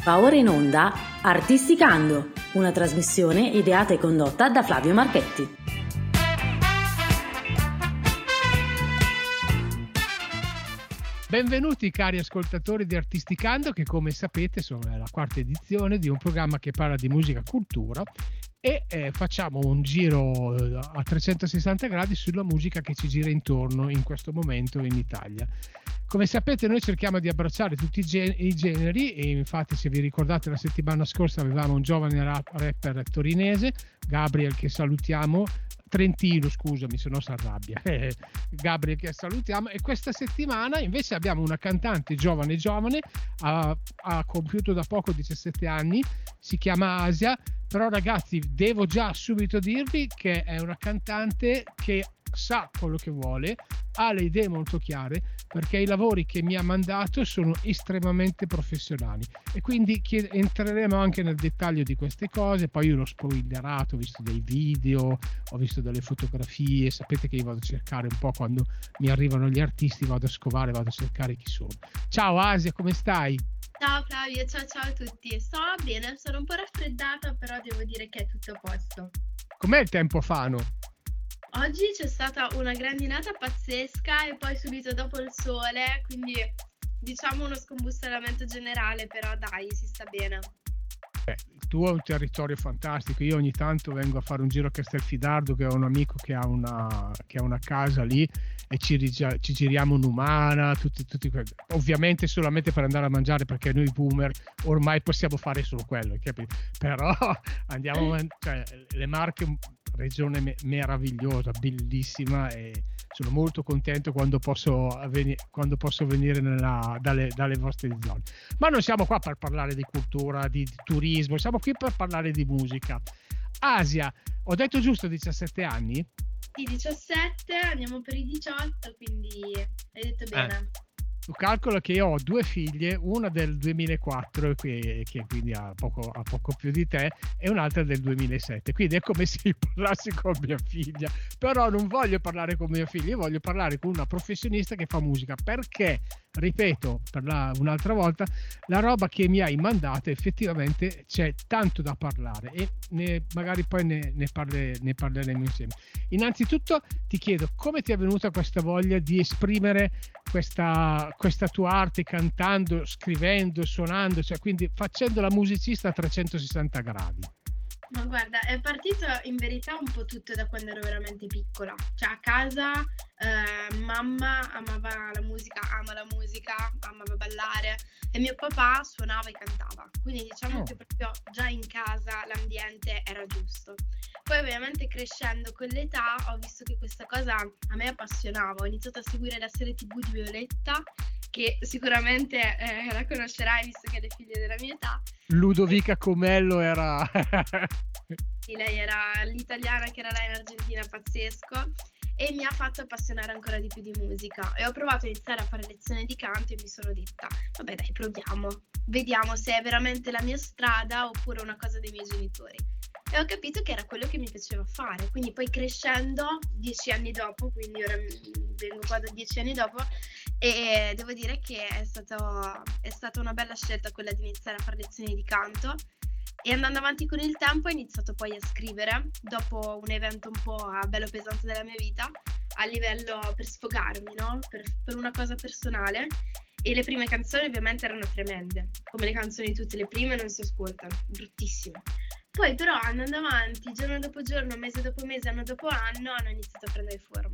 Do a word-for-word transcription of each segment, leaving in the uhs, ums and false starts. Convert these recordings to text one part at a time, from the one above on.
Va ora in onda Artisticando, una trasmissione ideata e condotta da Flavio Marchetti. Benvenuti cari ascoltatori di Artisticando, che come sapete sono la quarta edizione di un programma che parla di musica e cultura e eh, facciamo un giro a trecentosessanta gradi sulla musica che ci gira intorno in questo momento in Italia. Come sapete noi cerchiamo di abbracciare tutti i, gen- i generi e infatti, se vi ricordate, la settimana scorsa avevamo un giovane rap- rapper torinese, Gabriel, che salutiamo, Trentino scusami se no si arrabbia, Gabriel, che salutiamo, e questa settimana invece abbiamo una cantante giovane giovane, ha, ha compiuto da poco diciassette anni, si chiama Asia, però ragazzi devo già subito dirvi che è una cantante che sa quello che vuole, ha le idee molto chiare, perché i lavori che mi ha mandato sono estremamente professionali e quindi chied- entreremo anche nel dettaglio di queste cose. Poi io l'ho spoilerato, ho visto dei video, ho visto delle fotografie, sapete che io vado a cercare un po', quando mi arrivano gli artisti vado a scovare, vado a cercare chi sono. Ciao Asia, come stai? Ciao Flavio, ciao ciao a tutti. Sto bene, sono un po' raffreddata, però devo dire che è tutto a posto. Com'è il tempo Fano? Oggi c'è stata una grandinata pazzesca e poi subito dopo il sole, quindi diciamo uno scombussolamento generale, però dai, si sta bene. Beh, il tuo è un territorio fantastico. Io ogni tanto vengo a fare un giro a Castelfidardo, che ho un amico che ha una, che ha una casa lì, e ci, rigia, ci giriamo un'umana, tutti, tutti quelli. Ovviamente solamente per andare a mangiare, perché noi boomer ormai possiamo fare solo quello, capito? Però andiamo, cioè, le Marche, regione me- meravigliosa, bellissima, e sono molto contento quando posso, avveni- quando posso venire nella, dalle, dalle vostre zone. Ma non siamo qua per parlare di cultura, di, di turismo, siamo qui per parlare di musica. Asia, ho detto giusto diciassette anni? Sì, diciassette, andiamo per i diciotto, quindi hai detto bene. Eh. Tu calcola che io ho due figlie, una del duemilaquattro, che, che quindi ha poco, ha poco più di te, e un'altra del duemilasette, quindi è come se io parlassi con mia figlia. Però non voglio parlare con mia figlia, io voglio parlare con una professionista che fa musica, perché, ripeto per la, un'altra volta, la roba che mi hai mandato effettivamente c'è tanto da parlare, e ne, magari poi ne, ne, parle, ne parleremo insieme. Innanzitutto ti chiedo come ti è venuta questa voglia di esprimere questa, questa tua arte, cantando, scrivendo, suonando, cioè quindi facendo la musicista a trecentosessanta gradi. Ma guarda, è partito in verità un po' tutto da quando ero veramente piccola. Cioè a casa eh, mamma amava la musica, ama la musica, amava ballare, e mio papà suonava e cantava. Quindi diciamo Oh. che proprio già in casa l'ambiente era giusto. Poi ovviamente crescendo con l'età ho visto che questa cosa a me appassionava. Ho iniziato a seguire la serie tivù di Violetta, che sicuramente eh, la conoscerai visto che è figlia della mia età. Ludovica Comello era Sì, lei era l'italiana che era là in Argentina, pazzesco, e mi ha fatto appassionare ancora di più di musica, e ho provato a iniziare a fare lezioni di canto e mi sono detta vabbè dai, proviamo, vediamo se è veramente la mia strada oppure una cosa dei miei genitori, e ho capito che era quello che mi piaceva fare. Quindi poi crescendo, dieci anni dopo, quindi ora vengo qua da dieci anni dopo, e devo dire che è stato, è stata una bella scelta quella di iniziare a fare lezioni di canto. E andando avanti con il tempo ho iniziato poi a scrivere, dopo un evento un po' bello pesante della mia vita, a livello per sfogarmi, no? Per, per una cosa personale. E le prime canzoni ovviamente erano tremende, come le canzoni tutte, le prime non si ascoltano, bruttissime. Poi però andando avanti, giorno dopo giorno, mese dopo mese, anno dopo anno, hanno iniziato a prendere forma.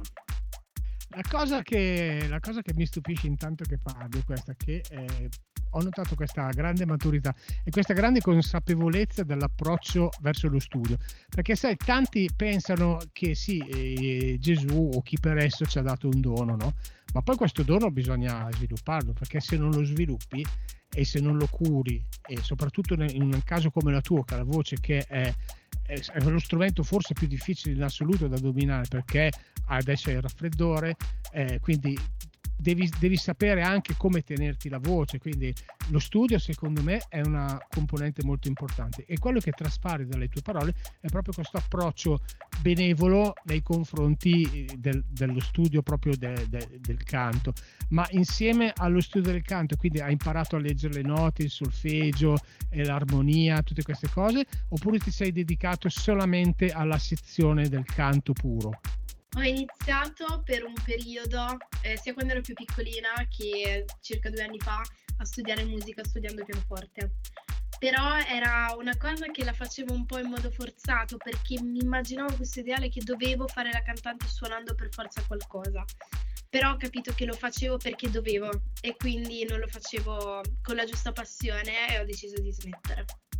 La cosa che, la cosa che mi stupisce intanto che parli è questa, che eh, ho notato questa grande maturità e questa grande consapevolezza dell'approccio verso lo studio, perché sai, tanti pensano che sì, eh, Gesù o chi per esso ci ha dato un dono, no? Ma poi questo dono bisogna svilupparlo, perché se non lo sviluppi e se non lo curi, e soprattutto in un caso come la tua, che la voce che è è lo strumento forse più difficile in assoluto da dominare, perché adesso è il raffreddore, eh, quindi devi, devi sapere anche come tenerti la voce, quindi lo studio secondo me è una componente molto importante, e quello che traspare dalle tue parole è proprio questo approccio benevolo nei confronti del, dello studio proprio de, de, del canto, ma insieme allo studio del canto, quindi hai imparato a leggere le note, il solfeggio e l'armonia, tutte queste cose, oppure ti sei dedicato solamente alla sezione del canto puro? Ho iniziato per un periodo, eh, sia quando ero più piccolina che circa due anni fa, a studiare musica studiando pianoforte. Però era una cosa che la facevo un po' in modo forzato, perché mi immaginavo questo ideale che dovevo fare la cantante suonando per forza qualcosa. Però ho capito che lo facevo perché dovevo, e quindi non lo facevo con la giusta passione, e ho deciso di smettere.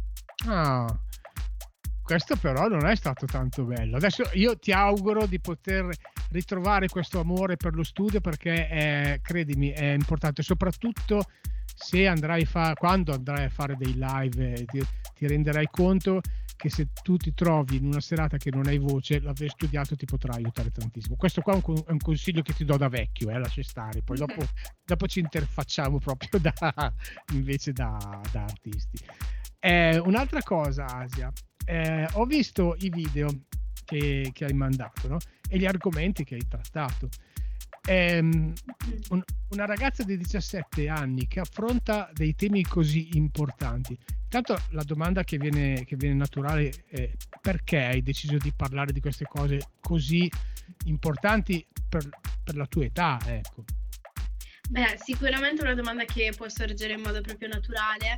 Ah, questo però non è stato tanto bello. Adesso io ti auguro di poter ritrovare questo amore per lo studio, perché è, credimi, è importante, soprattutto se andrai a fa- quando andrai a fare dei live, eh, ti, ti renderai conto che se tu ti trovi in una serata che non hai voce, l'aver studiato ti potrà aiutare tantissimo. Questo qua è un, è un consiglio che ti do da vecchio, eh, lascia stare, poi dopo, dopo ci interfacciamo proprio da, invece da, da artisti. Eh, un'altra cosa, Asia, eh, ho visto i video che, che hai mandato, no? E gli argomenti che hai trattato. Eh, un, una ragazza di diciassette anni che affronta dei temi così importanti. Intanto la domanda che viene, che viene naturale è: perché hai deciso di parlare di queste cose così importanti per, per la tua età? Ecco. Beh, sicuramente è una domanda che può sorgere in modo proprio naturale.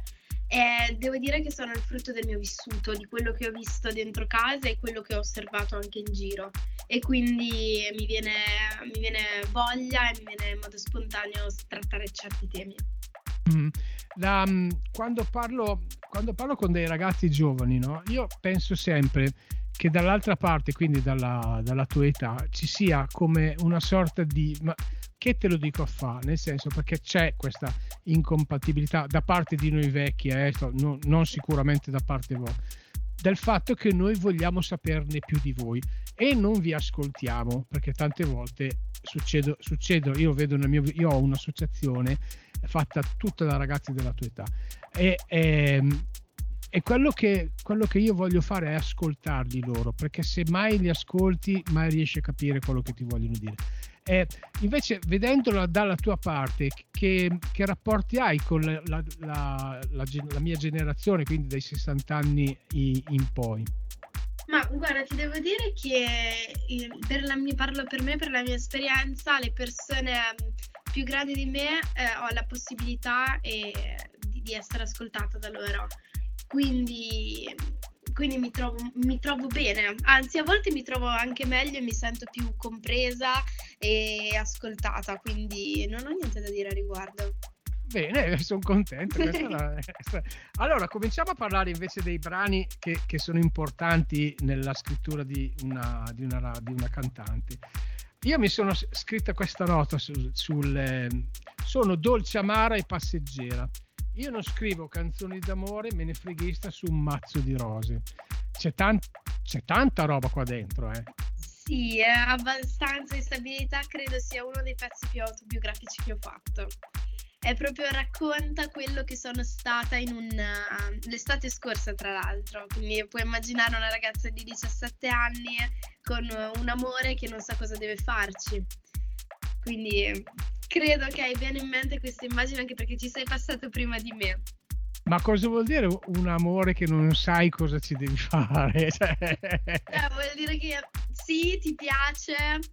E devo dire che sono il frutto del mio vissuto, di quello che ho visto dentro casa e quello che ho osservato anche in giro, e quindi mi viene, mi viene voglia e mi viene in modo spontaneo trattare certi temi. Mm. La, quando, parlo, quando parlo con dei ragazzi giovani, no? Io penso sempre che dall'altra parte, quindi dalla, dalla tua età, ci sia come una sorta di... Ma, che te lo dico a fa, nel senso, perché c'è questa incompatibilità da parte di noi vecchi, eh, no, non sicuramente da parte vostra, del fatto che noi vogliamo saperne più di voi e non vi ascoltiamo, perché tante volte succedo, succedo io vedo nel mio, io ho un'associazione fatta tutta da ragazzi della tua età, e, e, e quello che, quello che io voglio fare è ascoltarli loro, perché se mai li ascolti mai riesci a capire quello che ti vogliono dire. Eh, invece, vedendola dalla tua parte, che, che rapporti hai con la, la, la, la, la mia generazione, quindi dai sessanta anni in poi? Ma guarda, ti devo dire che per la mia, parlo per me, per la mia esperienza, le persone più grandi di me, eh, ho la possibilità eh, di, di essere ascoltata da loro, quindi... quindi mi trovo, mi trovo bene, anzi a volte mi trovo anche meglio e mi sento più compresa e ascoltata, quindi non ho niente da dire a riguardo. Bene, sono contento. La... Allora, cominciamo a parlare invece dei brani che, che sono importanti nella scrittura di una, di, una, di una cantante. Io mi sono scritta questa nota sul, sul eh, sono dolce, amara e passeggera. Io non scrivo canzoni d'amore menefreghista su un mazzo di rose. C'è, tan- c'è tanta roba qua dentro, eh. Sì, è abbastanza. Instabilità credo sia uno dei pezzi più autobiografici che ho fatto. È proprio, racconta quello che sono stata in un uh, l'estate scorsa, tra l'altro. Quindi puoi immaginare una ragazza di diciassette anni con un amore che non sa cosa deve farci. Quindi credo che hai bene in mente questa immagine, anche perché ci sei passato prima di me. Ma cosa vuol dire un amore che non sai cosa ci devi fare? Cioè... Eh, vuol dire che sì, ti piace,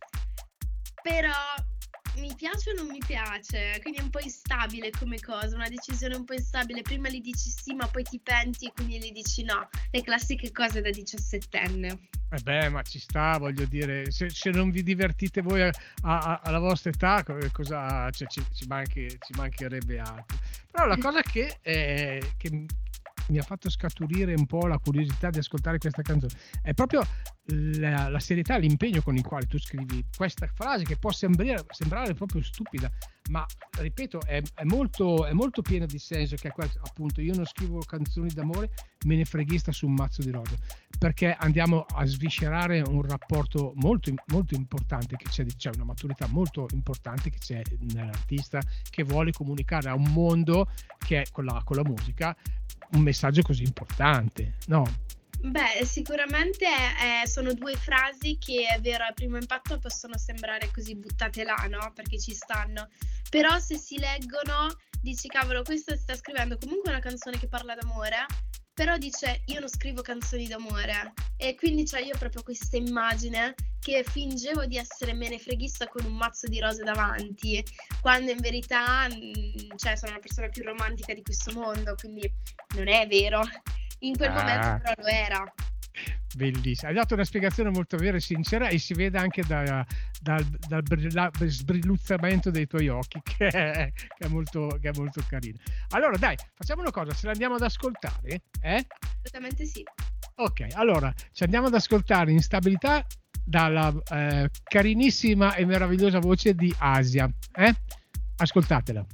però mi piace o non mi piace, quindi è un po' instabile come cosa, una decisione un po' instabile. Prima gli dici sì, ma poi ti penti e quindi gli dici no. Le classiche cose da diciassettenne. Eh beh, ma ci sta, voglio dire, se, se non vi divertite voi a, a, alla vostra età, cosa, cioè, ci, ci, manchi, ci mancherebbe altro. Però la cosa che, eh, che, mi ha fatto scaturire un po' la curiosità di ascoltare questa canzone è proprio la, la serietà, l'impegno con il quale tu scrivi questa frase che può sembrare, sembrare proprio stupida, ma ripeto è, è, molto, è molto piena di senso, che è questo, appunto io non scrivo canzoni d'amore, me ne freghista su un mazzo di rose, perché andiamo a sviscerare un rapporto molto, molto importante che c'è, c'è una maturità molto importante che c'è nell'artista che vuole comunicare a un mondo che è con la, con la musica un messaggio così importante, no? Beh, sicuramente eh, sono due frasi che è vero, a primo impatto possono sembrare così buttate là, no? Perché ci stanno, però se si leggono dici cavolo, questo sta scrivendo comunque una canzone che parla d'amore, però dice io non scrivo canzoni d'amore, e quindi c'ho io proprio questa immagine che fingevo di essere menefreghista con un mazzo di rose davanti, quando in verità mh, cioè sono la persona più romantica di questo mondo, quindi non è vero. In quel ah. momento però lo era. Bellissimo, hai dato una spiegazione molto vera e sincera, e si vede anche da, da, dal sbrilluzzamento dei tuoi occhi che è, che è molto che è molto carino. Allora dai, facciamo una cosa, ce l'andiamo ad ascoltare? Eh? Assolutamente sì. Ok, allora ci andiamo ad ascoltare Instabilità dalla eh, carinissima e meravigliosa voce di Asia. Eh? Ascoltatela.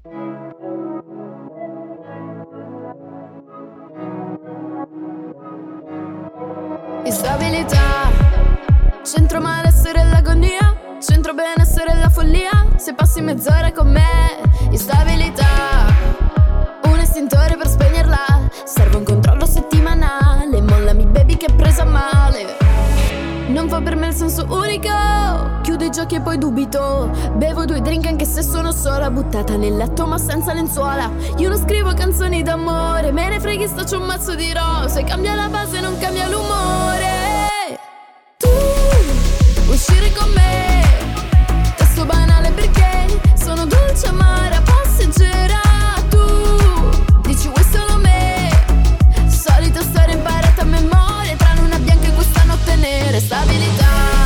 Instabilità, centro malessere e l'agonia, centro benessere e la follia, se passi mezz'ora con me. Instabilità, un estintore per spegnerla, serve un controllo settimanale, mollami baby che è presa male. Non fa per me il senso unico, chiudo i giochi e poi dubito, bevo due drink anche se sono sola, buttata nel letto ma senza lenzuola. Io non scrivo canzoni d'amore, me ne freghi sto, c'ho un mazzo di rose, cambia la base non cambia l'umore. Tu uscire con me, testo banale perché sono dolce amara passeggera. Tu dici vuoi solo me, solita storia imparata a memoria, tra luna bianca e questa notte nera. Stabilità,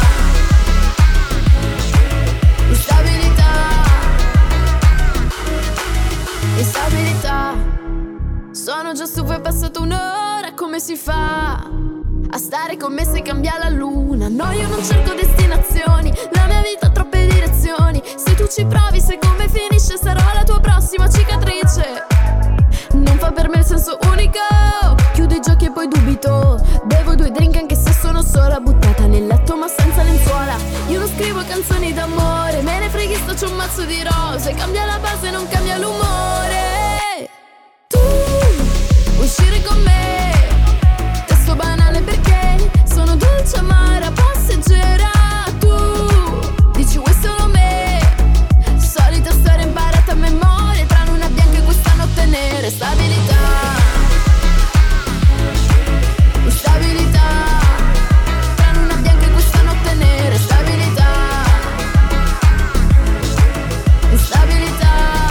instabilità, instabilità. Sono già stufa, è passata un'ora, come si fa a stare con me se cambia la luna? No, io non cerco destinazioni, la mia vita ha troppe direzioni. Se tu ci provi, sai come finisce, sarò la tua prossima cicatrice. Non fa per me il senso unico, chiudo i giochi e poi dubito, bevo due drink anche se sono sola, buttata nel letto ma senza lenzuola. Io non scrivo canzoni d'amore, me ne freghi sto, c'ho un mazzo di rose, cambia la base non cambia l'umore. Tu uscire con me, testo banale perché sono dolce amara passeggera. Tu dici vuoi solo me, solita storia imparata a memoria, tra luna bianca e questa notte nera. Stabilità, instabilità, tra luna bianca e questa notte nera. Stabilità, instabilità.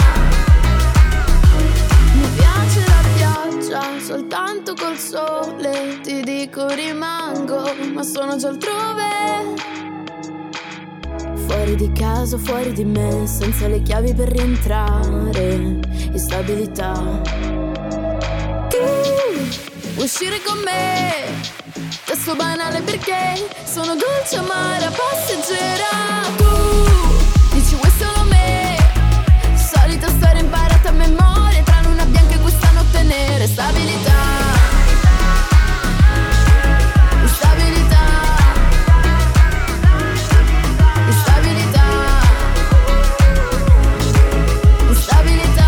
Mi piace la pioggia soltanto col sole, ti dico rimango ma sono già altrove, fuori di casa, fuori di me, senza le chiavi per rientrare. Instabilità. Tu uscire con me, testo banale perché sono dolce amara passeggera. Tu dici vuoi solo me, solita storia imparata a memoria, tra luna bianca e questa notte nera. Stabilità, instabilità, instabilità, instabilità.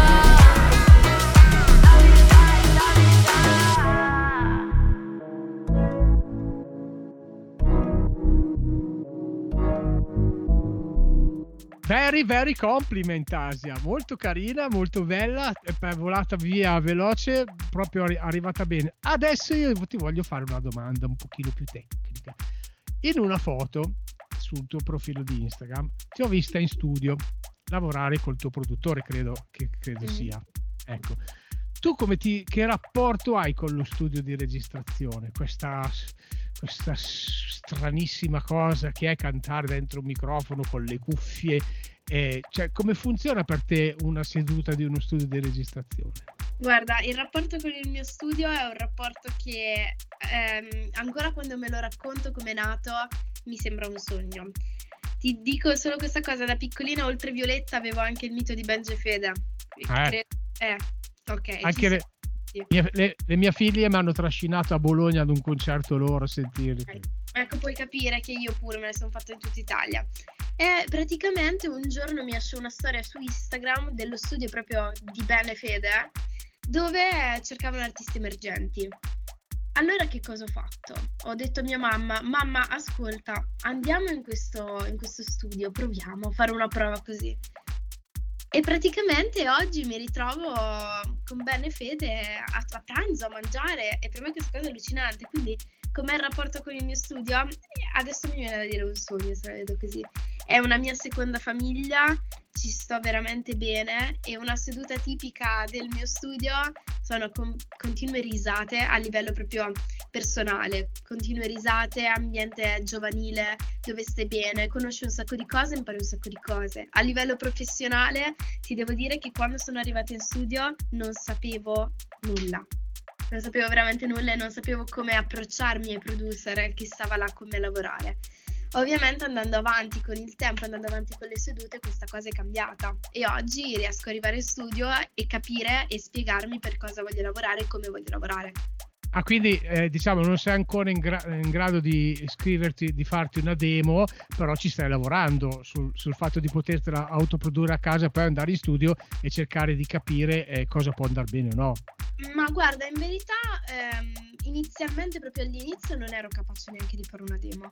Very very compliment Asia, molto carina, molto bella, è volata via veloce, proprio arri- arrivata bene. Adesso io ti voglio fare una domanda un pochino più tecnica. In una foto sul tuo profilo di Instagram ti ho vista in studio lavorare col tuo produttore, credo che credo sia. Ecco, tu come ti, che rapporto hai con lo studio di registrazione? Questa questa stranissima cosa che è cantare dentro un microfono con le cuffie, eh, cioè come funziona per te una seduta di uno studio di registrazione? Guarda, il rapporto con il mio studio è un rapporto che ehm, ancora quando me lo racconto come è nato mi sembra un sogno. Ti dico solo questa cosa, da piccolina oltre Violetta avevo anche il mito di Benji e Fede. Eh. Eh, ok. Anche le, mie, le, le mie figlie mi hanno trascinato a Bologna ad un concerto loro a sentirli. Okay. Ecco, puoi capire che io pure me ne sono fatta in tutta Italia. E praticamente un giorno mi esce una storia su Instagram dello studio proprio di Ben e Fede, dove cercavano artisti emergenti. Allora che cosa ho fatto? Ho detto a mia mamma, mamma ascolta, andiamo in questo, in questo studio, proviamo a fare una prova così. E praticamente oggi mi ritrovo con Ben e Fede a, a pranzo, a mangiare, e per me questa cosa è allucinante. Quindi com'è il rapporto con il mio studio? Adesso mi viene da dire un sogno, se la vedo così. È una mia seconda famiglia, ci sto veramente bene, e una seduta tipica del mio studio sono con, continue risate a livello proprio personale, continue risate, ambiente giovanile dove stai bene, conosci un sacco di cose, impari un sacco di cose. A livello professionale ti devo dire che quando sono arrivata in studio non sapevo nulla. Non sapevo veramente nulla e non sapevo come approcciarmi ai producer che stava là con me a lavorare. Ovviamente andando avanti con il tempo, andando avanti con le sedute, questa cosa è cambiata e oggi riesco ad arrivare in studio e capire e spiegarmi per cosa voglio lavorare e come voglio lavorare. Ah, quindi eh, diciamo non sei ancora in, gra- in grado di scriverti, di farti una demo, però ci stai lavorando sul, sul fatto di potertela autoprodurre a casa e poi andare in studio e cercare di capire eh, cosa può andare bene o no. Ma guarda, in verità ehm, inizialmente, proprio all'inizio, non ero capace neanche di fare una demo.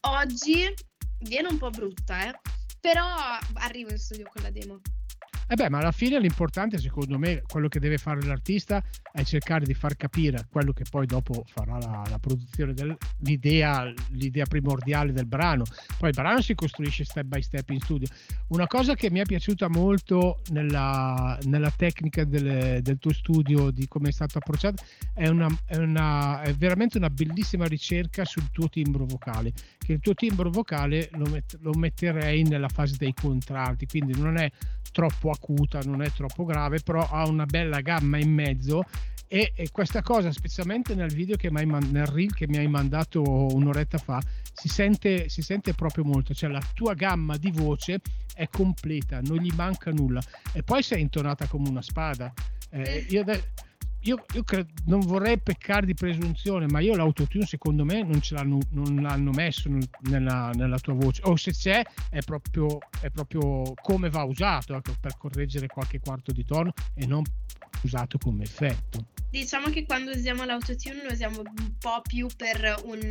Oggi viene un po' brutta, eh? Però arrivo in studio con la demo. Eh beh, ma alla fine l'importante, secondo me, quello che deve fare l'artista è cercare di far capire quello che poi dopo farà la, la produzione dell'idea, l'idea primordiale del brano. Poi il brano si costruisce step by step in studio. Una cosa che mi è piaciuta molto nella, nella tecnica del, del tuo studio, di come è stato approcciato, è, una, è, una, è veramente una bellissima ricerca sul tuo timbro vocale, che il tuo timbro vocale lo, met, lo metterei nella fase dei contralti, quindi non è troppo acuta, non è troppo grave, però ha una bella gamma in mezzo e, e questa cosa, specialmente nel video che mi hai man- nel reel che mi hai mandato un'oretta fa, si sente, si sente proprio molto, cioè la tua gamma di voce è completa, non gli manca nulla e poi sei intonata come una spada. Eh, io de- Io, io credo, non vorrei peccare di presunzione, ma io l'autotune secondo me non ce l'hanno, non l'hanno messo nella, nella tua voce, o se c'è è proprio, è proprio come va usato, ecco, per correggere qualche quarto di tono e non usato come effetto. Diciamo che quando usiamo l'autotune lo usiamo un po' più per un,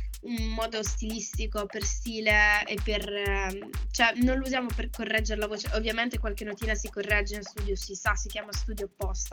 un modo stilistico, per stile e per cioè non lo usiamo per correggere la voce. Ovviamente qualche notina si corregge in studio, si sa, si chiama studio apposta.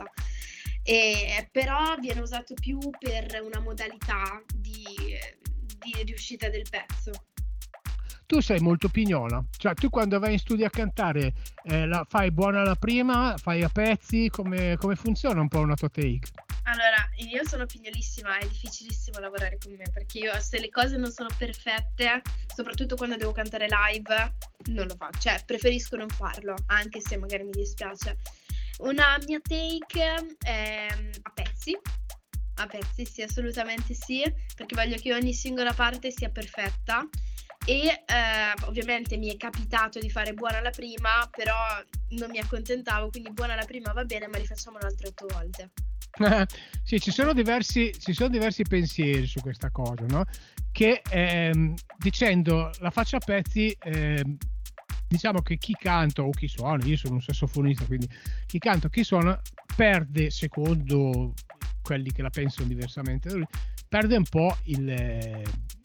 E, però viene usato più per una modalità di, di riuscita del pezzo. Tu sei molto pignola, cioè tu quando vai in studio a cantare eh, la fai buona la prima, fai a pezzi, come, come funziona un po' una tua take? Allora, io sono pignolissima, è difficilissimo lavorare con me perché io se le cose non sono perfette, soprattutto quando devo cantare live, non lo faccio, cioè preferisco non farlo, anche se magari mi dispiace. Una mia take è a pezzi, a pezzi sì, assolutamente sì, perché voglio che ogni singola parte sia perfetta e eh, ovviamente mi è capitato di fare buona la prima, però non mi accontentavo, quindi buona la prima va bene, ma rifacciamo altre otto volte. Sì, ci sono diversi ci sono diversi pensieri su questa cosa, no? Che ehm, dicendo la faccio a pezzi, ehm, diciamo che chi canta o chi suona, io sono un sassofonista, quindi chi canta o chi suona perde, secondo quelli che la pensano diversamente da lui, perde un po' il,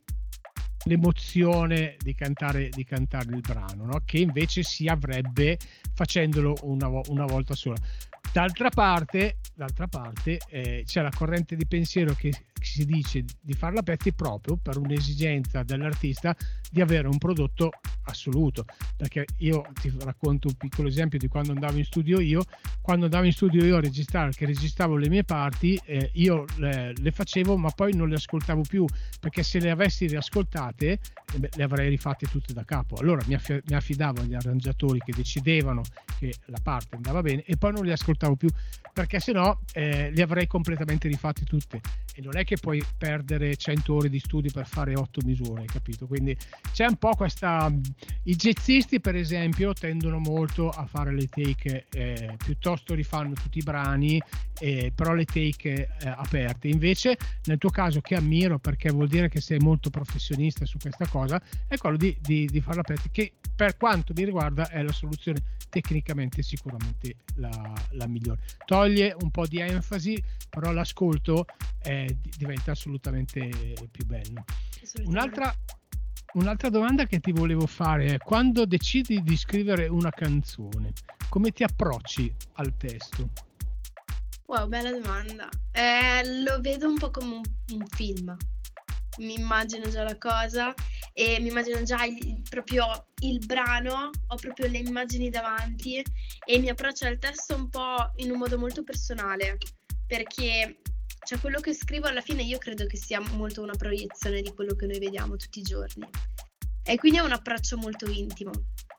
l'emozione di cantare, di cantare il brano, no? Che invece si avrebbe facendolo una, una volta sola. D'altra parte, d'altra parte eh, c'è la corrente di pensiero che si dice di farla a pezzi proprio per un'esigenza dell'artista di avere un prodotto assoluto, perché io ti racconto un piccolo esempio di quando andavo in studio io quando andavo in studio io a registrare, che registravo le mie parti, eh, io le, le facevo ma poi non le ascoltavo più, perché se le avessi riascoltate eh beh, le avrei rifatte tutte da capo. Allora mi, affi- mi affidavo agli arrangiatori che decidevano che la parte andava bene e poi non le ascoltavo sopportavo più, perché sennò eh, li avrei completamente rifatti tutti, e non è che puoi perdere cento ore di studio per fare otto misure, capito? Quindi c'è un po' questa, i jazzisti per esempio tendono molto a fare le take, eh, piuttosto rifanno tutti i brani, eh, però le take eh, aperte. Invece nel tuo caso, che ammiro perché vuol dire che sei molto professionista su questa cosa, è quello di, di, di farla aperta, che per quanto mi riguarda è la soluzione tecnicamente sicuramente la, la migliore. Toglie un po' di enfasi, però l'ascolto eh, diventa assolutamente più bello. Un'altra, un'altra domanda che ti volevo fare è: quando decidi di scrivere una canzone, come ti approcci al testo? Wow, bella domanda. Eh, lo vedo un po' come un, un film. Mi immagino già la cosa e mi immagino già il, proprio il brano, ho proprio le immagini davanti e mi approccio al testo un po' in un modo molto personale, perché cioè, quello che scrivo alla fine io credo che sia molto una proiezione di quello che noi vediamo tutti i giorni, e quindi è un approccio molto intimo.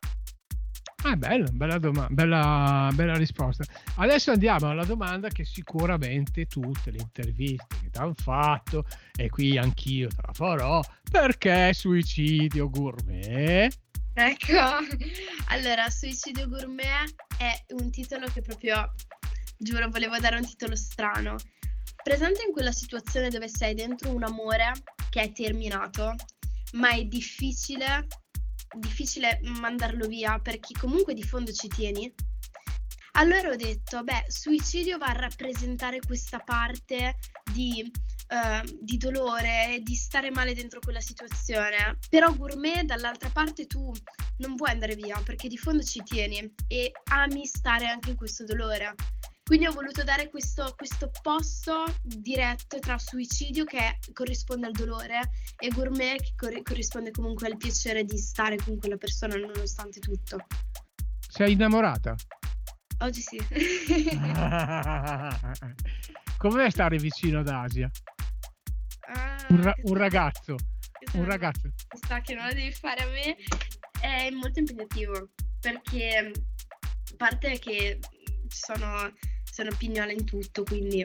Ah, bella, bella, doma- bella, bella risposta. Adesso andiamo alla domanda che sicuramente tutte le interviste che ti hanno fatto, e qui anch'io te la farò: perché Suicidio Gourmet? Ecco, allora, Suicidio Gourmet è un titolo che proprio, giuro, volevo dare un titolo strano. Presente in quella situazione dove sei dentro un amore che è terminato, ma è difficile... difficile mandarlo via perché comunque di fondo ci tieni. Allora ho detto, beh, Suicidio va a rappresentare questa parte di, uh, di dolore, di stare male dentro quella situazione, però Gourmet dall'altra parte tu non puoi andare via perché di fondo ci tieni e ami stare anche in questo dolore. Quindi ho voluto dare questo, questo posto diretto tra Suicidio, che corrisponde al dolore, e Gourmet, che cor- corrisponde comunque al piacere di stare con quella persona nonostante tutto. Sei innamorata? Oggi sì. Com'è stare vicino ad Asia? Ah, Un, ra- un ragazzo, un ragazzo. Mi sa che non la devi fare a me. È molto impegnativo, perché a parte che sono... sono pignola in tutto, quindi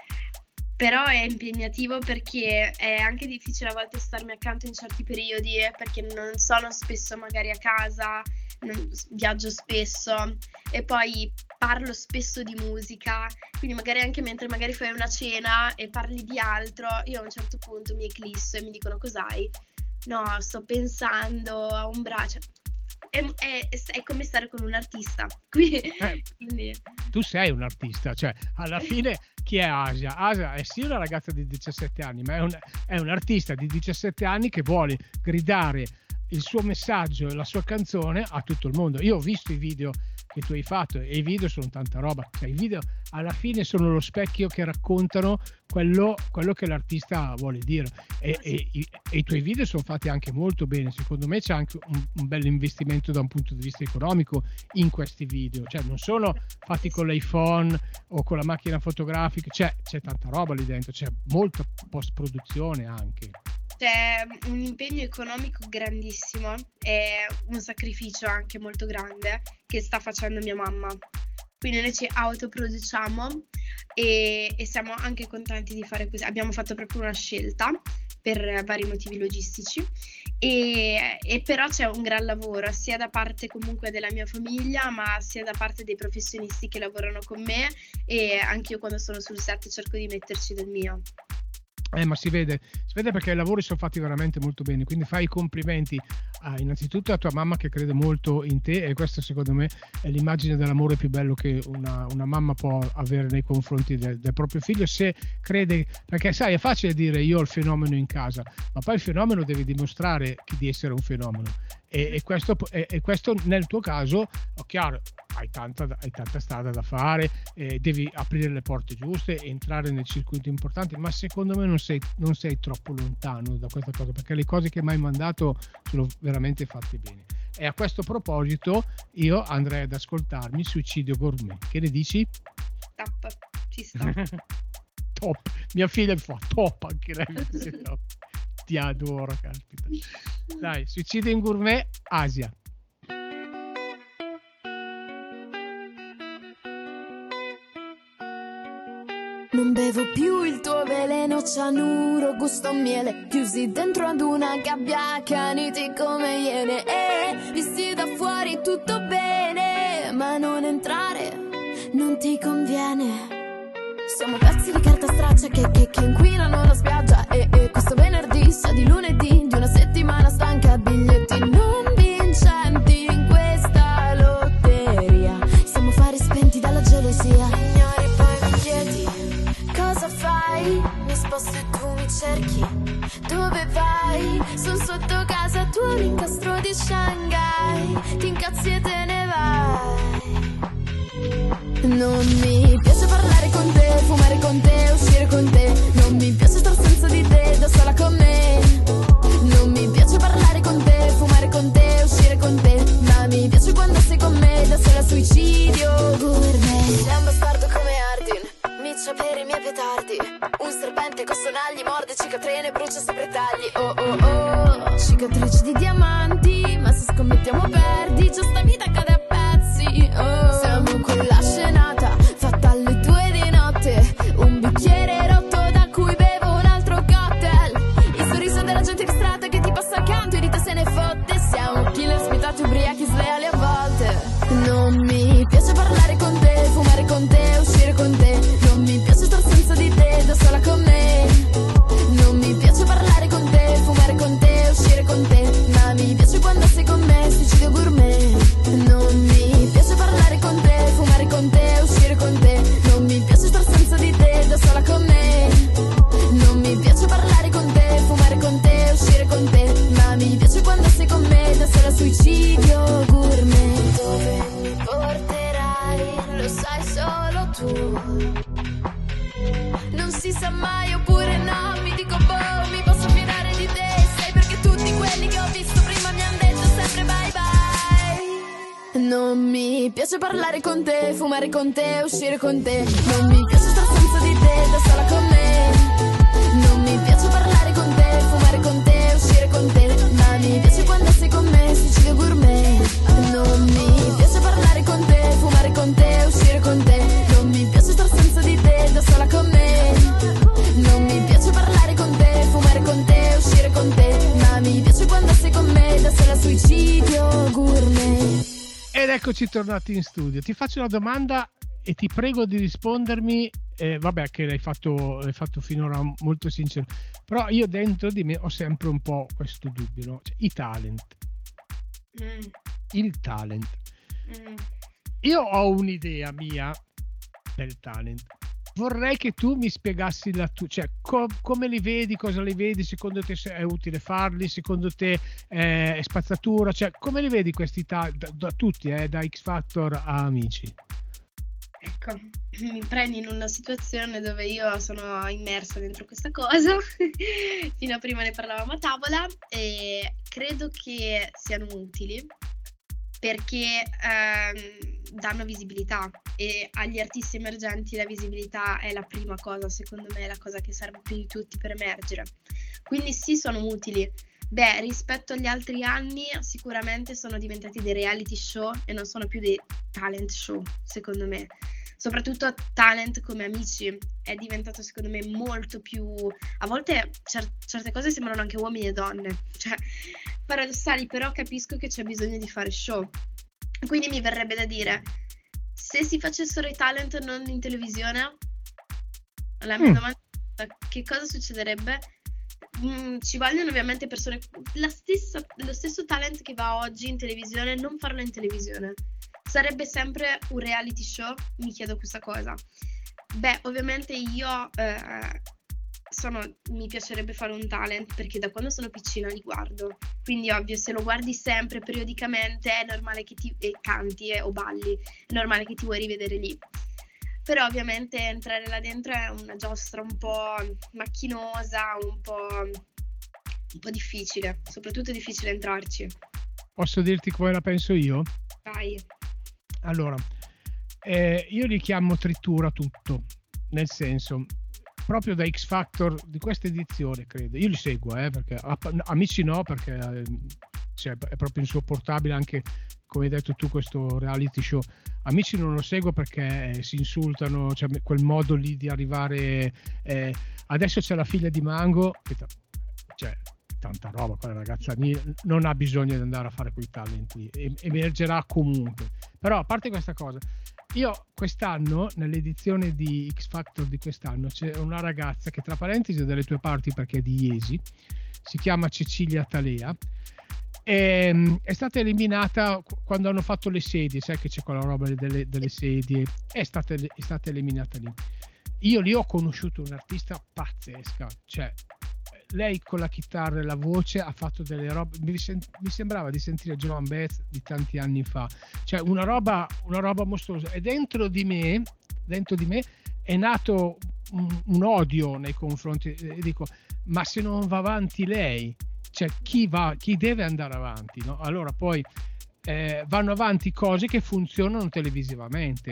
però è impegnativo perché è anche difficile a volte starmi accanto in certi periodi, perché non sono spesso magari a casa, non, viaggio spesso e poi parlo spesso di musica, quindi magari anche mentre magari fai una cena e parli di altro, io a un certo punto mi eclisso e mi dicono: cos'hai? No, sto pensando a un braccio. È, è, è come stare con un artista. Quindi, eh, quindi... Tu sei un artista, cioè alla fine chi è Asia? Asia è sì una ragazza di diciassette anni, ma è un, è un artista di diciassette anni che vuole gridare il suo messaggio e la sua canzone a tutto il mondo. Io ho visto i video che tu hai fatto e i video sono tanta roba, cioè, i video alla fine sono lo specchio che raccontano quello, quello che l'artista vuole dire, e, e, e i tuoi video sono fatti anche molto bene. Secondo me c'è anche un, un bel investimento da un punto di vista economico in questi video, cioè non sono fatti con l'iPhone o con la macchina fotografica, cioè c'è tanta roba lì dentro, c'è molta post produzione anche. C'è un impegno economico grandissimo e un sacrificio anche molto grande che sta facendo mia mamma. Quindi noi ci autoproduciamo e, e siamo anche contenti di fare così. Abbiamo fatto proprio una scelta per vari motivi logistici e, e però c'è un gran lavoro sia da parte comunque della mia famiglia, ma sia da parte dei professionisti che lavorano con me, e anche io quando sono sul set cerco di metterci del mio. Eh, ma si vede, si vede perché i lavori sono fatti veramente molto bene, quindi fai i complimenti a, innanzitutto a tua mamma che crede molto in te, e questo secondo me è l'immagine dell'amore più bello che una, una mamma può avere nei confronti del, del proprio figlio, se crede, perché sai è facile dire io ho il fenomeno in casa, ma poi il fenomeno deve dimostrare di essere un fenomeno, e, e, questo, e, e questo nel tuo caso, oh, chiaro, hai tanta, hai tanta strada da fare, eh, devi aprire le porte giuste, entrare nel circuito importante, ma secondo me non sei, non sei troppo lontano da questa cosa, perché le cose che mi hai mandato sono veramente fatte bene. E a questo proposito io andrei ad ascoltarmi Suicidio Gourmet. Che ne dici? Top, ci sta. Top, mia figlia mi fa top anche lei. Ti adoro, caspita. Dai, Suicidio Gourmet, Asia. bevo più il tuo veleno cianuro gusto miele, chiusi dentro ad una gabbia caniti come iene. E visti da fuori tutto bene, ma non entrare non ti conviene. Siamo pezzi di carta straccia che, che, che inquinano la spiaggia. E, e questo venerdì sa di lunedì di una settimana stanca, biglietti non vincenti in questa lotteria. Siamo fari spenti dalla gelosia. Ignori poi mi chiedi cosa fai, mi sposto e tu mi cerchi. Dove vai? Sono sotto casa tua, un incastro di Shanghai. Ti incazzi e te ne vai. Non mi piace parlare con te, fumare con te, uscire con te. Non mi piace star senza di te, da sola con me. Non mi piace parlare con te, fumare con te, uscire con te. Ma mi piace quando sei con me, da sola suicidio gourmet. Sei un bastardo come Hardin, miccia per i miei petardi. Un serpente con sonagli, morde cicatrine, brucia sopra i tagli. Oh oh oh, cicatrici di diamanti, ma se scommettiamo perdi, già sta vita cade a pezzi. Oh, siamo quella scenata fatta alle due di notte, un bicchiere rotto da cui bevo un altro cocktail. Il sorriso della gente di strada che ti passa accanto e di te se ne fotte. Siamo killer spietati, ubriachi, sleali a volte. Non mi piace parlare con te, fumare con te, uscire con te. Non mi piace star senza di te, da sola con me. Non mi piace parlare con te, fumare con te, uscire con te. Ma mi piace quando sei con me, suicidio gourmet. Non mi piace parlare con te, fumare con te, uscire con te. Non mi piace star senza di te, da sola con me. Non mi piace parlare con te, fumare con te, uscire con te. Ma mi piace quando sei con me, da sola suicidio gourmet. Dove mi porterai, lo sai solo tu. Non si sa mai oppure no, mi dico boh, mi posso fidare di te. Sei perché tutti quelli che ho visto prima mi hanno detto sempre bye bye. Non mi piace parlare con te, fumare con te, uscire con te. Non mi piace star senza di te, da sola con me. Non mi piace parlare con te, fumare con te, uscire con te. Ma mi piace quando sei con me, suicidio gourmet. Non mi piace parlare con te, fumare con te, uscire con te. Non mi piace star senza di te, da sola con me. Non mi piace parlare con te, fumare con te, uscire con te. Ma mi piace quando sei con me, da sola suicidio gourmet. Ed eccoci tornati in studio. Ti faccio una domanda e ti prego di rispondermi. Eh, vabbè, che l'hai fatto, l'hai fatto finora molto sincero, però io dentro di me ho sempre un po' questo dubbio, no? Cioè, i talent. Mm. Il talent. Mm. Io ho un'idea mia del talent. Vorrei che tu mi spiegassi la tua, cioè co- come li vedi, cosa li vedi, secondo te è utile farli, secondo te è, è spazzatura, cioè come li vedi questi talent da, da tutti, eh, da X Factor a Amici? Ecco, mi prendi in una situazione dove io sono immersa dentro questa cosa, fino a prima ne parlavamo a tavola, e credo che siano utili perché ehm, danno visibilità, e agli artisti emergenti la visibilità è la prima cosa, secondo me è la cosa che serve più di tutti per emergere. Quindi sì, sono utili. Beh, rispetto agli altri anni sicuramente sono diventati dei reality show e non sono più dei talent show, secondo me. Soprattutto talent come Amici è diventato secondo me molto più, a volte cer- certe cose sembrano anche uomini e donne, cioè paradossali, però capisco che c'è bisogno di fare show. Quindi mi verrebbe da dire, se si facessero i talent non in televisione, la mia mm. domanda è che cosa succederebbe? Mm, ci vogliono ovviamente persone, la stessa, lo stesso talent che va oggi in televisione, non farlo in televisione. Sarebbe sempre un reality show? Mi chiedo questa cosa. Beh, ovviamente io eh, sono, mi piacerebbe fare un talent perché da quando sono piccina li guardo. Quindi ovvio, se lo guardi sempre, periodicamente, è normale che ti e canti eh, o balli, è normale che ti vuoi rivedere lì. Però ovviamente entrare là dentro è una giostra un po' macchinosa, un po', un po' difficile, soprattutto è difficile entrarci. Posso dirti come la penso io? Vai. Allora, eh, io li chiamo trittura tutto, nel senso, proprio da X Factor di questa edizione, credo, io li seguo, eh, perché Amici no, perché eh, cioè, è proprio insopportabile anche come hai detto tu, questo reality show. Amici non lo seguo perché eh, si insultano, cioè quel modo lì di arrivare. Eh, adesso c'è la figlia di Mango, che t- cioè tanta roba, quella ragazza lì non ha bisogno di andare a fare quei talent lì, e- emergerà comunque. Però a parte questa cosa, io quest'anno, nell'edizione di X Factor di quest'anno, c'è una ragazza che tra parentesi è dalle tue parti perché è di Iesi, si chiama Cecilia Talea. E, è stata eliminata quando hanno fatto le sedie, sai che c'è quella roba delle, delle sedie, è stata, è stata eliminata lì. Io lì ho conosciuto un'artista pazzesca, cioè lei con la chitarra e la voce ha fatto delle robe, mi, mi sembrava di sentire Joan Baez di tanti anni fa, cioè una roba, una roba mostruosa, e dentro di me, dentro di me è nato un, un odio nei confronti, e dico, ma se non va avanti lei, cioè chi va, chi deve andare avanti, no? Allora poi eh, vanno avanti cose che funzionano televisivamente.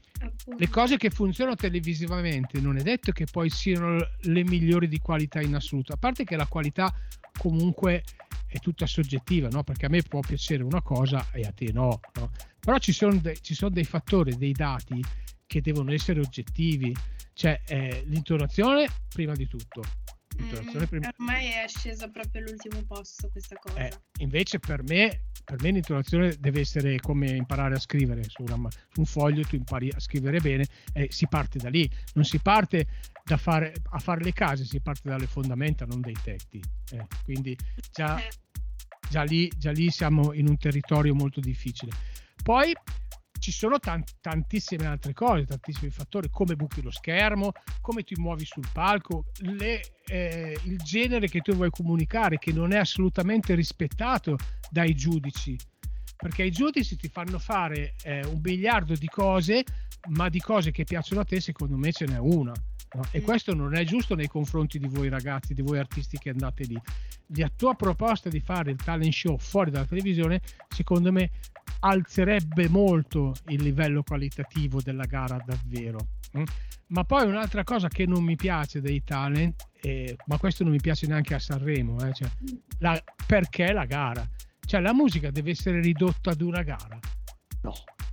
Le cose che funzionano televisivamente non è detto che poi siano le migliori di qualità in assoluto, a parte che la qualità comunque è tutta soggettiva, no? Perché a me può piacere una cosa e a te no, no? Però ci sono, de- ci sono dei fattori, dei dati che devono essere oggettivi, cioè eh, l'intonazione prima di tutto. Mm, prima... Ormai è scesa proprio all'ultimo posto questa cosa. Eh, invece per me, per me l'intonazione deve essere come imparare a scrivere su, una, su un foglio, tu impari a scrivere bene e si parte da lì, non si parte da fare, a fare le case, si parte dalle fondamenta, non dai tetti. Eh, quindi già, già, lì, già lì siamo in un territorio molto difficile. Poi ci sono tant- tantissime altre cose, tantissimi fattori, come buchi lo schermo, come ti muovi sul palco, le, eh, il genere che tu vuoi comunicare, che non è assolutamente rispettato dai giudici, perché i giudici ti fanno fare eh, un miliardo di cose, ma di cose che piacciono a te secondo me ce n'è una, no? E questo non è giusto nei confronti di voi ragazzi, di voi artisti che andate lì. La tua proposta di fare il talent show fuori dalla televisione secondo me alzerebbe molto il livello qualitativo della gara davvero. Mm? Ma poi un'altra cosa che non mi piace dei talent, eh, ma questo non mi piace neanche a Sanremo, eh, cioè, la, perché la gara? Cioè la musica deve essere ridotta ad una gara? No,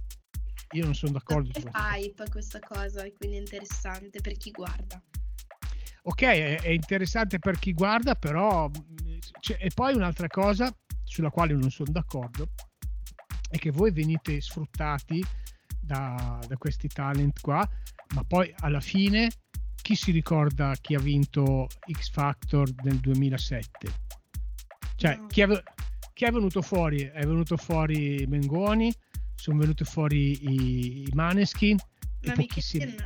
io non sono d'accordo su questo. È hype questa cosa e quindi è interessante per chi guarda. Ok, è, è interessante per chi guarda, però cioè, e poi un'altra cosa sulla quale non sono d'accordo è che voi venite sfruttati da, da questi talent qua, ma poi alla fine chi si ricorda chi ha vinto X Factor nel duemilasette? Cioè no. chi, è, chi è venuto fuori? È venuto fuori Mengoni, sono venuti fuori i, i Maneskin e pochissimi. Michelin.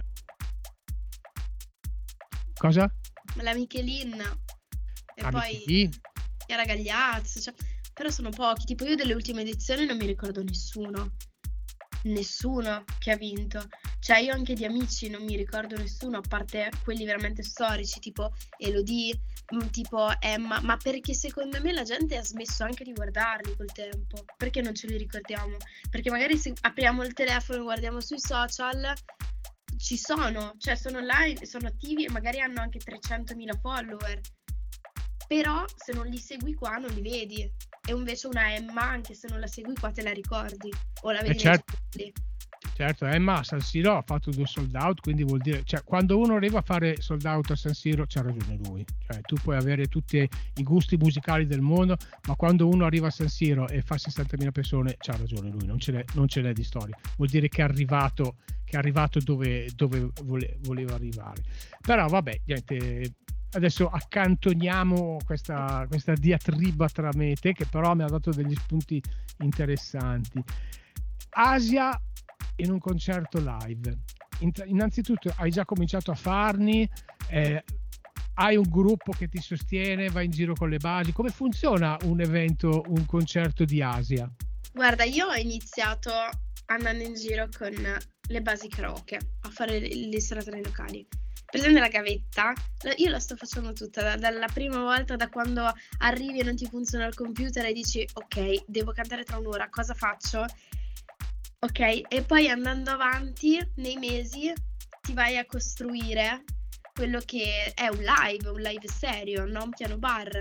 Cosa? La Michelin e la poi Michelin. Chiara Gagliazzo, cioè, però sono pochi, tipo io delle ultime edizioni non mi ricordo nessuno nessuno che ha vinto, cioè io anche di Amici non mi ricordo nessuno a parte quelli veramente storici tipo Elodie, tipo Emma, ma perché secondo me la gente ha smesso anche di guardarli col tempo, perché non ce li ricordiamo, perché magari se apriamo il telefono e guardiamo sui social ci sono, cioè sono online, sono attivi e magari hanno anche trecentomila follower, però se non li segui qua non li vedi. E invece una Emma, anche se non la segui qua, te la ricordi o la vedi. Eh certo, certo, Emma a San Siro ha fatto due sold out, quindi vuol dire, cioè quando uno arriva a fare sold out a San Siro c'ha ragione lui, cioè tu puoi avere tutti i gusti musicali del mondo, ma quando uno arriva a San Siro e fa sessantamila persone c'ha ragione lui, non ce n'è, non ce n'è di storia, vuol dire che è arrivato, che è arrivato dove, dove vole, voleva arrivare. Però vabbè, niente, adesso accantoniamo questa, questa diatriba tra me e te, che però mi ha dato degli spunti interessanti. Asia in un concerto live. Innanzitutto hai già cominciato a farni, eh, hai un gruppo che ti sostiene, vai in giro con le basi. Come funziona un evento, un concerto di Asia? Guarda, io ho iniziato andando in giro con le basi karaoke, a fare le serate nei locali. Per esempio la gavetta, io la sto facendo tutta, da, dalla prima volta, da quando arrivi e non ti funziona il computer e dici ok, devo cantare tra un'ora, cosa faccio? Ok, e poi andando avanti nei mesi ti vai a costruire quello che è un live, un live serio, non un piano bar.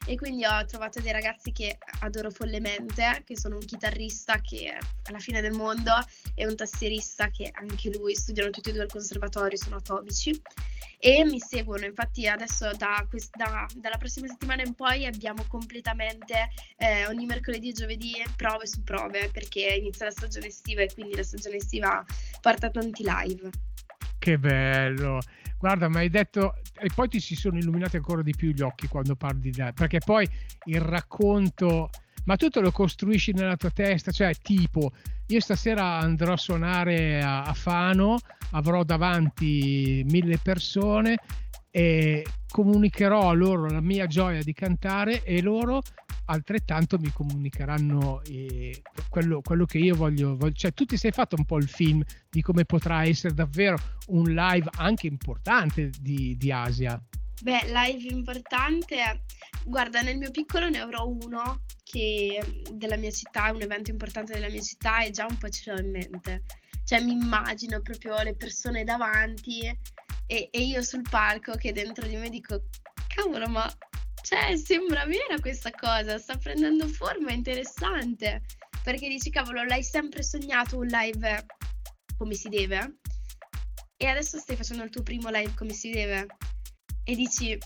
e quindi ho trovato dei ragazzi che adoro follemente, che sono un chitarrista che è alla fine del mondo e un tastierista che anche lui studiano tutti e due al conservatorio, sono atomici e mi seguono. Infatti adesso da quest- da, dalla prossima settimana in poi abbiamo completamente eh, ogni mercoledì e giovedì prove su prove, perché inizia la stagione estiva e quindi la stagione estiva porta tanti live. Che bello, guarda, mi hai detto, e poi ti si sono illuminati ancora di più gli occhi quando parli di, perché poi il racconto, ma tu te lo costruisci nella tua testa, cioè tipo io stasera andrò a suonare a, a Fano, avrò davanti mille persone e comunicherò a loro la mia gioia di cantare e loro altrettanto mi comunicheranno eh, quello, quello che io voglio, voglio, cioè tu ti sei fatto un po' il film di come potrà essere davvero un live anche importante di, di Asia. Beh, live importante, guarda, nel mio piccolo ne avrò uno che della mia città, un evento importante della mia città e già un po' ce l'ho in mente, cioè mi immagino proprio le persone davanti e, e io sul palco che dentro di me dico cavolo, ma cioè sembra vera questa cosa, sta prendendo forma, è interessante, perché dici cavolo, l'hai sempre sognato un live come si deve e adesso stai facendo il tuo primo live come si deve e dici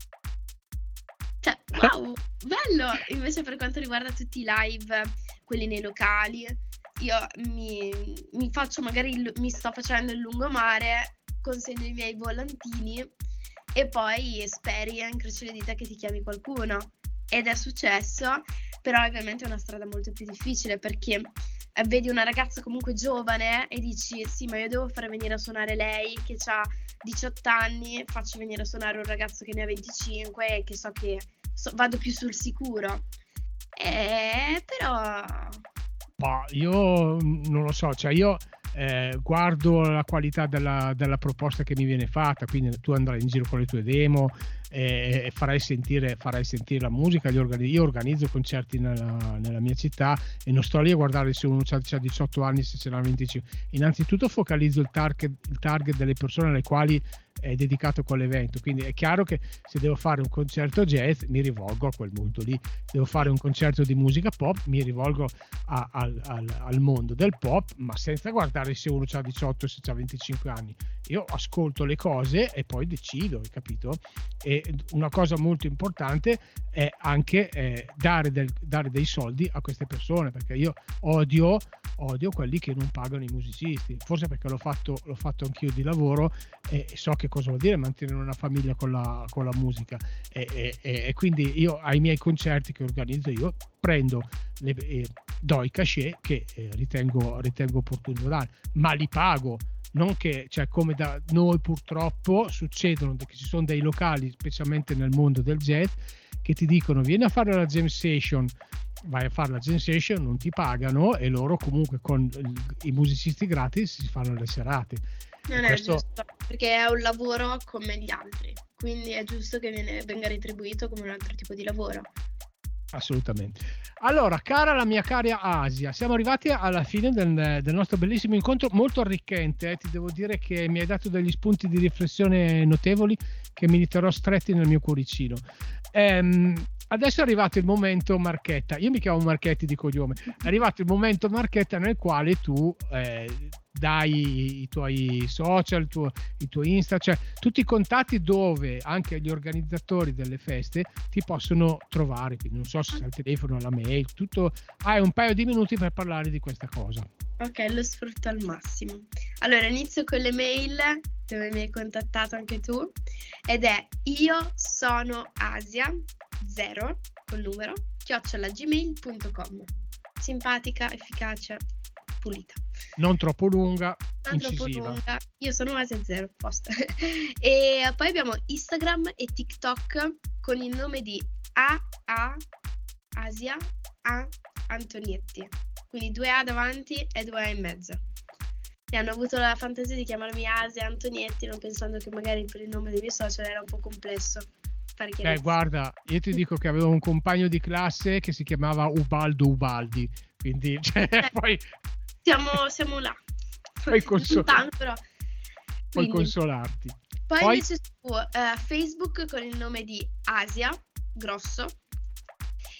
cioè wow, bello. Invece per quanto riguarda tutti i live, quelli nei locali, io mi, mi faccio magari il, mi sto facendo il lungomare, consegno i miei volantini e poi speri, incroci le dita che ti chiami qualcuno, ed è successo, però ovviamente è una strada molto più difficile perché eh, vedi una ragazza comunque giovane e dici sì, ma io devo far venire a suonare lei che ha diciotto anni, faccio venire a suonare un ragazzo che ne ha venticinque e che so che so, vado più sul sicuro, eh, però ma io non lo so, cioè io Eh, guardo la qualità della, della proposta che mi viene fatta, quindi tu andrai in giro con le tue demo e, e farai sentire farai sentire la musica. Io organizzo, io organizzo concerti nella, nella mia città e non sto lì a guardare se uno ha diciotto anni, se ce l'ha venticinque. Innanzitutto focalizzo il target, il target delle persone alle quali è dedicato quell'evento, quindi è chiaro che se devo fare un concerto jazz mi rivolgo a quel mondo lì, devo fare un concerto di musica pop mi rivolgo a, al, al, al mondo del pop, ma senza guardare se uno ha diciotto o se ha venticinque anni. Io ascolto le cose e poi decido, hai capito? E una cosa molto importante è anche eh, dare, del, dare dei soldi a queste persone, perché io odio odio quelli che non pagano i musicisti, forse perché l'ho fatto l'ho fatto anch'io di lavoro e so che cosa vuol dire mantenere una famiglia con la, con la musica e, e, e quindi io ai miei concerti che organizzo io prendo le, eh, do i cachet che eh, ritengo ritengo opportuno dare, ma li pago, non che, cioè come da noi purtroppo succedono che ci sono dei locali, specialmente nel mondo del jazz, che ti dicono vieni a fare la jam session, vai a fare la jam session, non ti pagano e loro comunque con i musicisti gratis si fanno le serate. Non è Questo... giusto, perché è un lavoro come gli altri, quindi è giusto che viene, venga retribuito come un altro tipo di lavoro. Assolutamente. Allora, cara la mia cara Asia, siamo arrivati alla fine del, del nostro bellissimo incontro, molto arricchente, eh. Ti devo dire che mi hai dato degli spunti di riflessione notevoli che mi terrò stretti nel mio cuoricino. Ehm, adesso è arrivato il momento Marchetta, io mi chiamo Marchetti di cognome, è arrivato il momento Marchetta nel quale tu eh, dai i tuoi social, il tuo, i tuoi Insta, cioè tutti i contatti dove anche gli organizzatori delle feste ti possono trovare, quindi non so se al telefono, alla mail, tutto, hai un paio di minuti per parlare di questa cosa. Ok, lo sfrutto al massimo. Allora inizio con le mail dove mi hai contattato anche tu ed è io sono Asia zero col numero chiocciola gmail punto com. Simpatica, efficace, pulita, non troppo lunga, non incisiva. troppo lunga. Io sono Asia zero, posta. E poi abbiamo Instagram e TikTok con il nome di A A Asia A Antonietti, quindi due A davanti e due A in mezzo. E hanno avuto la fantasia di chiamarmi Asia Antonietti, non pensando che magari per il nome dei miei social era un po' complesso. Eh, guarda, io ti dico che avevo un compagno di classe che si chiamava Ubaldo Ubaldi, quindi cioè, eh, poi siamo, siamo là. Puoi, consol- tanto, però. puoi consolarti. Poi, poi invece su uh, Facebook con il nome di Asia, grosso,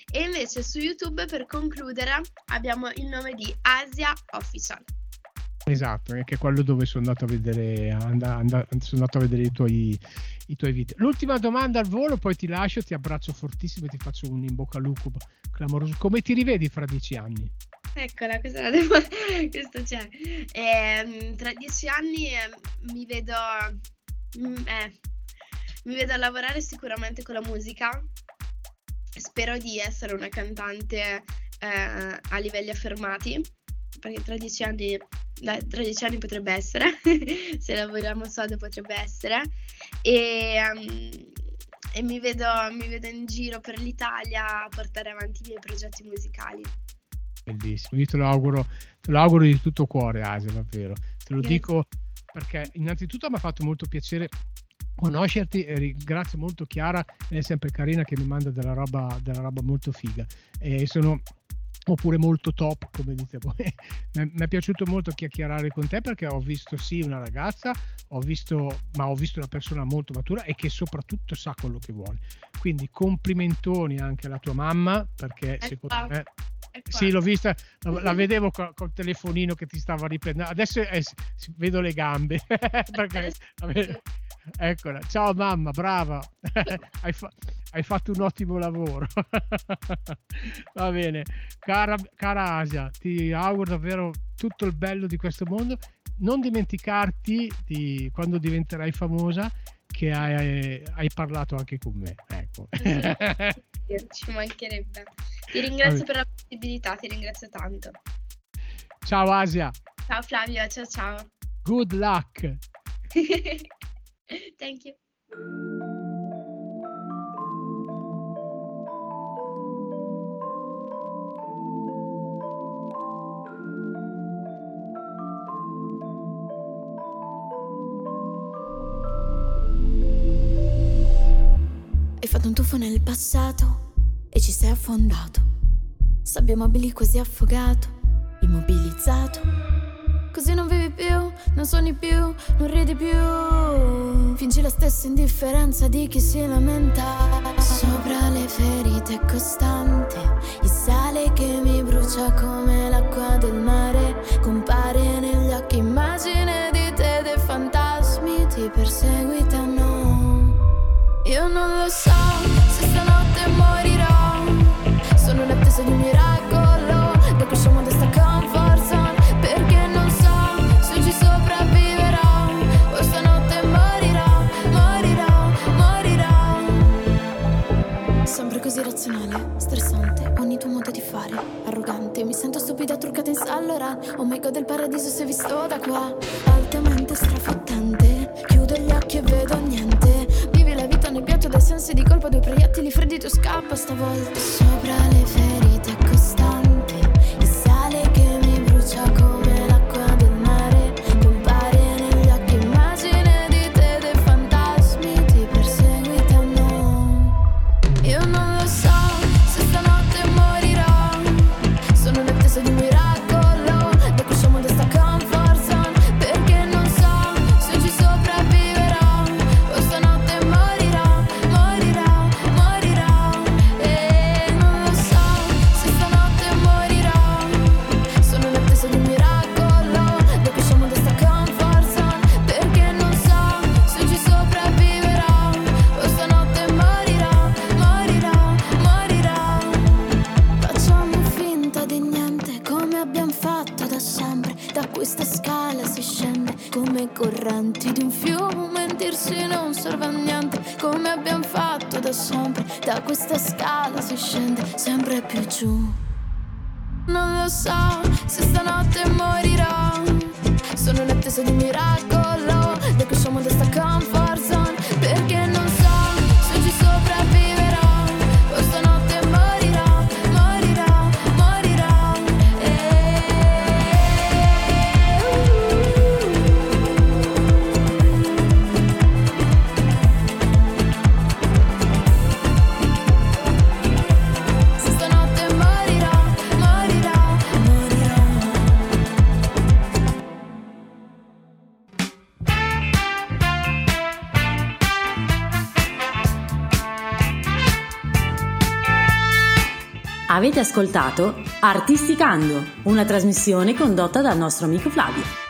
E invece su YouTube, per concludere, abbiamo il nome di Asia Official. Esatto, è che è quello dove sono andato a vedere, and- and- sono andato a vedere i tuoi, i tuoi video. L'ultima domanda al volo, poi ti lascio, ti abbraccio fortissimo e ti faccio un in bocca al lupo clamoroso. Come ti rivedi fra dieci anni? Eccola, questa la devo... questo c'è. Eh, tra dieci anni eh, mi vedo... mm, eh, mi vedo a lavorare sicuramente con la musica. Spero di essere una cantante eh, a livelli affermati, perché tra dieci anni, dai, tra dieci anni potrebbe essere, se lavoriamo sodo potrebbe essere, e, um, e mi vedo, mi vedo in giro per l'Italia a portare avanti i miei progetti musicali. Bellissimo, io te lo auguro, te lo auguro di tutto cuore, Asia, davvero. Te lo Grazie. dico perché innanzitutto mi ha fatto molto piacere conoscerti e ringrazio molto Chiara, è sempre carina che mi manda della roba, della roba molto figa, e sono oppure molto top, come dite voi. Mi è piaciuto molto chiacchierare con te perché ho visto sì una ragazza, ho visto, ma ho visto una persona molto matura e che soprattutto sa quello che vuole. Quindi complimentoni anche alla tua mamma, perché È secondo qua. me È qua. sì, l'ho vista, la, la vedevo col, col telefonino che ti stava riprendendo. Adesso è, si- vedo le gambe perché eccola. Ciao mamma, brava. hai, fa- hai fatto un ottimo lavoro. Va bene, cara, cara Asia, ti auguro davvero tutto il bello di questo mondo. Non dimenticarti di quando diventerai famosa che hai, hai parlato anche con me, ecco. Ci mancherebbe. Ti ringrazio per la possibilità, ti ringrazio tanto. Ciao Asia. Ciao Flavio, ciao ciao. Good luck. Thank you. Hai fatto un tuffo nel passato e ci sei affondato. Sabbia mobili quasi affogato, immobilizzato. Così non vivi più, non suoni più, non ridi più. Fingi la stessa indifferenza di chi si lamenta. Sopra le ferite costante, il sale che mi brucia come l'acqua del mare. Compare negli occhi immagine di te, dei fantasmi ti perseguitano. Io non lo so se stanotte morirò. Sono in attesa di un miracolo da questo mondo, sta comfort zone. Perché non so se ci sopravviverò o stanotte morirò, morirò, morirò. Sempre così razionale, stressante, ogni tuo modo di fare arrogante. Mi sento stupida truccata in Salora. Oh my god, il paradiso si è visto da qua. Altamente strafottente, chiudo gli occhi e vedo niente. Vivi la vita annebbiato dai sensi di colpa. Due proiettili freddi, tu scappa stavolta. Sopra le ferite è costante il sale che mi brucia come l'acqua del mare. Compare negli occhi immagine di te, dei fantasmi ti perseguitano. Io non lo so se stanotte morirò. Sono in attesa di un miracolo da questo mondo, sta comfort zone. Perché non so se ci sopravviverò o stanotte morirò, morirò, morirò. E non lo so se stanotte morirò. Sono in attesa di un miracolo da questo mondo, sta comfort zone. Perché non so se ci sopravviverò o stanotte morirò, morirò, morirò. Facciamo finta di niente, come abbiamo fatto da sempre. Da questa scala si scende come correnti di un fiume. Mentirsi non serve a niente, come abbiamo fatto da sempre. Da questa scala si scende sempre più giù. Non lo so se stanotte morirò. Sono in attesa di un miracolo da questo mondo, sta comfort zone. Perché non so se ci sopravviverò o stanotte morirò, morirò, morirò. E... Se stanotte morirò, morirò, morirò. Avete ascoltato Artisticando, una trasmissione condotta dal nostro amico Flavio.